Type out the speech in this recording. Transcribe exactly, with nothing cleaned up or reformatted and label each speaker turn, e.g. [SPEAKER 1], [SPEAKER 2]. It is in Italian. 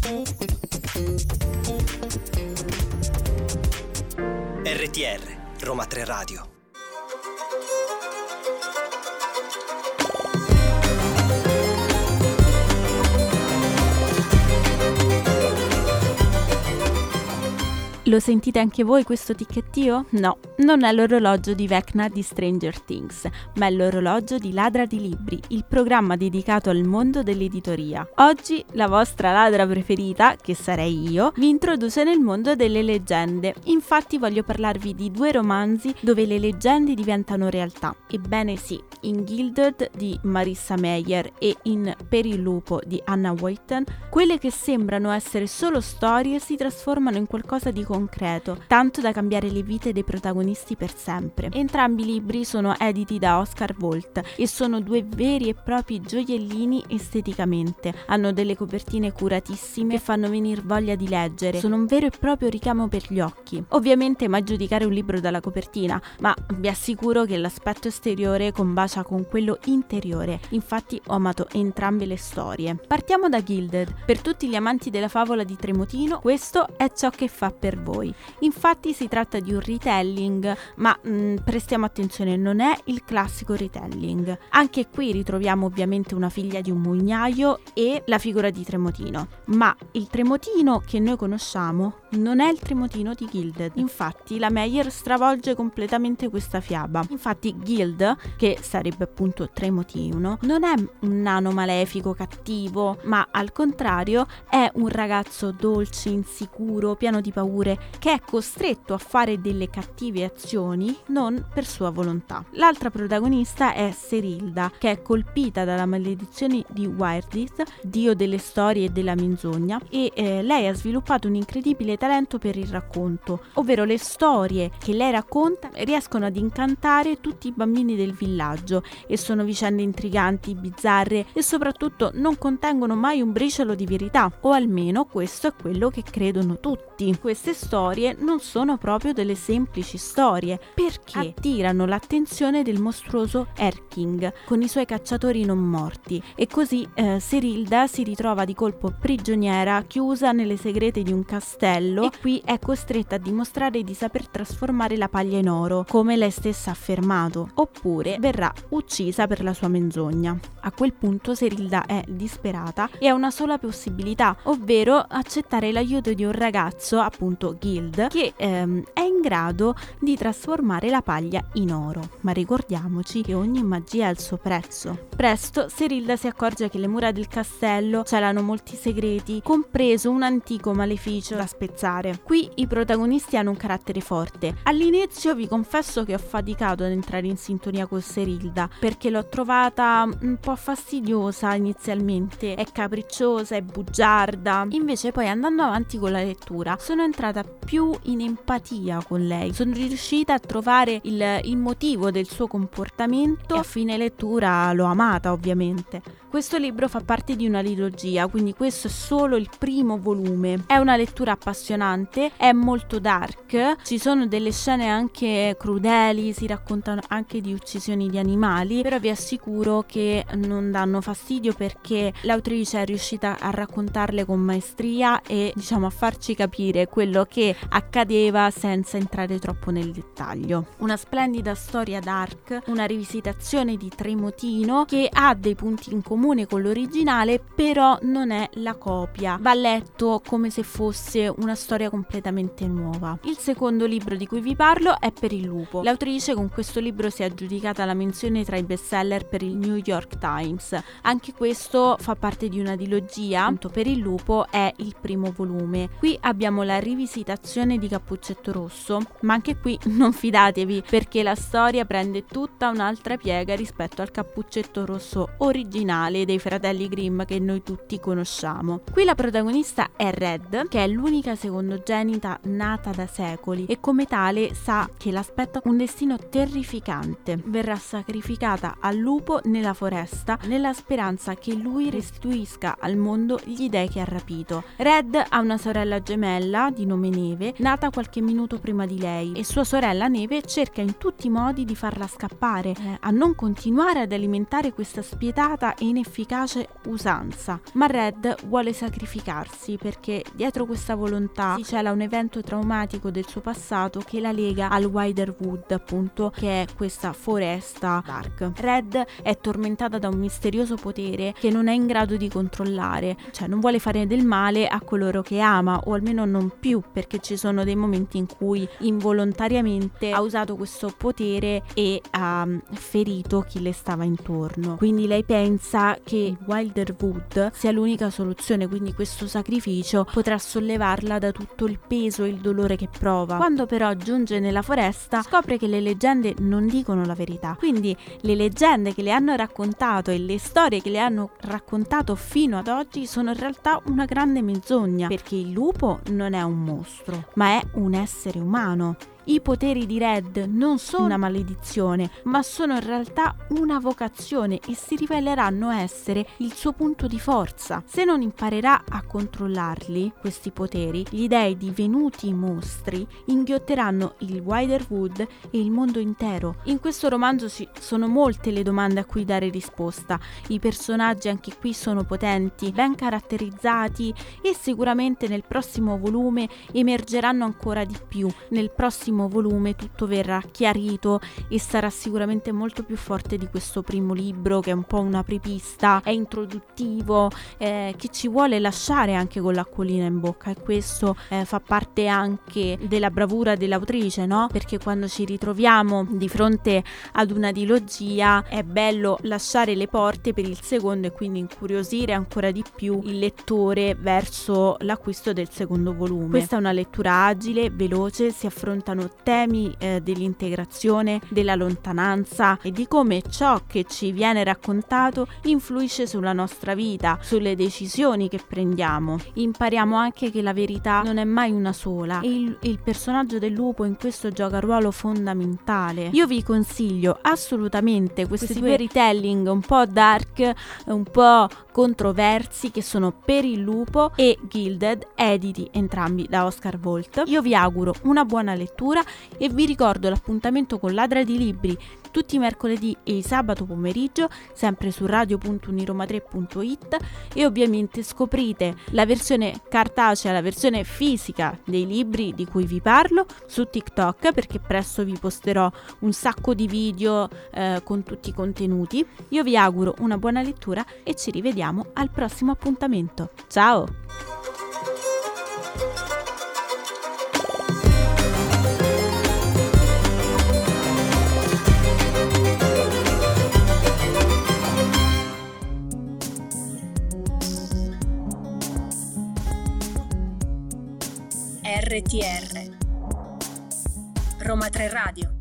[SPEAKER 1] R T R, Roma tre Radio.
[SPEAKER 2] Lo sentite anche voi questo ticchettio? No, non è l'orologio di Vecna di Stranger Things, ma è l'orologio di Ladra di Libri, il programma dedicato al mondo dell'editoria. Oggi la vostra ladra preferita, che sarei io, vi introduce nel mondo delle leggende. Infatti voglio parlarvi di due romanzi dove le leggende diventano realtà. Ebbene sì, in Gilded di Marissa Meyer e in Per il lupo di Anna Wheaton, quelle che sembrano essere solo storie si trasformano in qualcosa di concreto, tanto da cambiare le vite dei protagonisti per sempre. Entrambi i libri sono editi da Oscar Volt e sono due veri e propri gioiellini esteticamente. Hanno delle copertine curatissime che fanno venire voglia di leggere, sono un vero e proprio richiamo per gli occhi. Ovviamente mai giudicare un libro dalla copertina, ma vi assicuro che l'aspetto esteriore combacia con quello interiore. Infatti ho amato entrambe le storie. Partiamo da Gilded. Per tutti gli amanti della favola di Tremotino, questo è ciò che fa per voi. Infatti si tratta di un retelling, ma mh, prestiamo attenzione, non è il classico retelling. Anche qui ritroviamo ovviamente una figlia di un mugnaio e la figura di Tremotino, ma il Tremotino che noi conosciamo non è il Tremotino di Gilded. Infatti la Meyer stravolge completamente questa fiaba. Infatti Gild, che sarebbe appunto Tremotino, non è un nano malefico cattivo, ma al contrario è un ragazzo dolce, insicuro, pieno di paure, che è costretto a fare delle cattive azioni non per sua volontà. L'altra protagonista è Serilda, che è colpita dalla maledizione di Wyrdith, dio delle storie e della menzogna, e eh, lei ha sviluppato un incredibile talento per il racconto, ovvero le storie che lei racconta riescono ad incantare tutti i bambini del villaggio e sono vicende intriganti, bizzarre e soprattutto non contengono mai un briciolo di verità, o almeno questo è quello che credono tutti. Queste storie non sono proprio delle semplici storie, perché attirano l'attenzione del mostruoso Erking con i suoi cacciatori non morti, e così eh, Serilda si ritrova di colpo prigioniera, chiusa nelle segrete di un castello, e qui è costretta a dimostrare di saper trasformare la paglia in oro, come lei stessa ha affermato, oppure verrà uccisa per la sua menzogna. A quel punto Serilda è disperata e ha una sola possibilità, ovvero accettare l'aiuto di un ragazzo, appunto Gild, che ehm, è in grado di trasformare la paglia in oro. Ma ricordiamoci che ogni magia ha il suo prezzo. Presto Serilda si accorge che le mura del castello celano molti segreti, compreso un antico maleficio da spezzare. Qui i protagonisti hanno un carattere forte. All'inizio vi confesso che ho faticato ad entrare in sintonia con Serilda, perché l'ho trovata un po' fastidiosa inizialmente, è capricciosa, è bugiarda. Invece poi andando avanti con la lettura sono entrata più in empatia con lei, sono riuscita a trovare il, il motivo del suo comportamento e a fine lettura l'ho amata ovviamente. Questo libro fa parte di una trilogia, quindi questo è solo il primo volume. È una lettura appassionante, è molto dark, ci sono delle scene anche crudeli, si raccontano anche di uccisioni di animali, però vi assicuro che non danno fastidio perché l'autrice è riuscita a raccontarle con maestria e diciamo a farci capire quello che accadeva senza entrare troppo nel dettaglio. Una splendida storia dark, una rivisitazione di Tremotino che ha dei punti in comune con l'originale, però non è la copia, va letto come se fosse una storia completamente nuova. Il secondo libro di cui vi parlo è Per il lupo. L'autrice con questo libro si è aggiudicata la menzione tra i bestseller per il New York Times. Anche questo fa parte di una trilogia, appunto Per il lupo è il primo volume. Qui abbiamo la rivisitazione di Cappuccetto Rosso, ma anche qui non fidatevi perché la storia prende tutta un'altra piega rispetto al Cappuccetto Rosso originale dei fratelli Grimm che noi tutti conosciamo. Qui la protagonista è Red, che è l'unica secondogenita nata da secoli e come tale sa che l'aspetta un destino terrificante. Verrà sacrificata al lupo nella foresta nella speranza che lui restituisca al mondo gli dei che ha rapito. Red ha una sorella gemella gemella di nome Neve, nata qualche minuto prima di lei, e sua sorella Neve cerca in tutti i modi di farla scappare, eh, a non continuare ad alimentare questa spietata e inefficace usanza. Ma Red vuole sacrificarsi perché dietro questa volontà si cela un evento traumatico del suo passato che la lega al Widerwood, appunto, che è questa foresta dark. Red è tormentata da un misterioso potere che non è in grado di controllare, cioè non vuole fare del male a coloro che ama, o almeno non più, perché ci sono dei momenti in cui involontariamente ha usato questo potere e ha ferito chi le stava intorno. Quindi lei pensa che Widerwood sia l'unica soluzione, quindi questo sacrificio potrà sollevarla da tutto il peso e il dolore che prova. Quando però giunge nella foresta scopre che le leggende non dicono la verità, quindi le leggende che le hanno raccontato e le storie che le hanno raccontato fino ad oggi sono in realtà una grande menzogna, perché il lupo non è un mostro, ma è un essere umano. I poteri di Red non sono una maledizione, ma sono in realtà una vocazione e si riveleranno essere il suo punto di forza. Se non imparerà a controllarli, questi poteri, gli dei divenuti mostri inghiotteranno il Widerwood e il mondo intero. In questo romanzo ci sono molte le domande a cui dare risposta. I personaggi anche qui sono potenti, ben caratterizzati, e sicuramente nel prossimo volume emergeranno ancora di più. Nel prossimo volume tutto verrà chiarito e sarà sicuramente molto più forte di questo primo libro, che è un po' una apripista, è introduttivo, eh, che ci vuole lasciare anche con l'acquolina in bocca, e questo eh, fa parte anche della bravura dell'autrice, no? Perché quando ci ritroviamo di fronte ad una dilogia è bello lasciare le porte per il secondo e quindi incuriosire ancora di più il lettore verso l'acquisto del secondo volume. Questa è una lettura agile, veloce, si affrontano temi eh, dell'integrazione, della lontananza e di come ciò che ci viene raccontato influisce sulla nostra vita, sulle decisioni che prendiamo. Impariamo anche che la verità non è mai una sola, e il, il personaggio del lupo in questo gioca un ruolo fondamentale. Io vi consiglio assolutamente questi, questi due retelling un po' dark, un po' controversi, che sono Per il lupo e Gilded, editi entrambi da Oscar Volt. Io vi auguro una buona lettura e vi ricordo l'appuntamento con Ladra di Libri tutti i mercoledì e il sabato pomeriggio, sempre su radio punto uniroma tre punto it, e ovviamente scoprite la versione cartacea, la versione fisica dei libri di cui vi parlo su TikTok, perché presto vi posterò un sacco di video eh, con tutti i contenuti. Io vi auguro una buona lettura e ci rivediamo al prossimo appuntamento. Ciao!
[SPEAKER 1] R T R Roma tre Radio.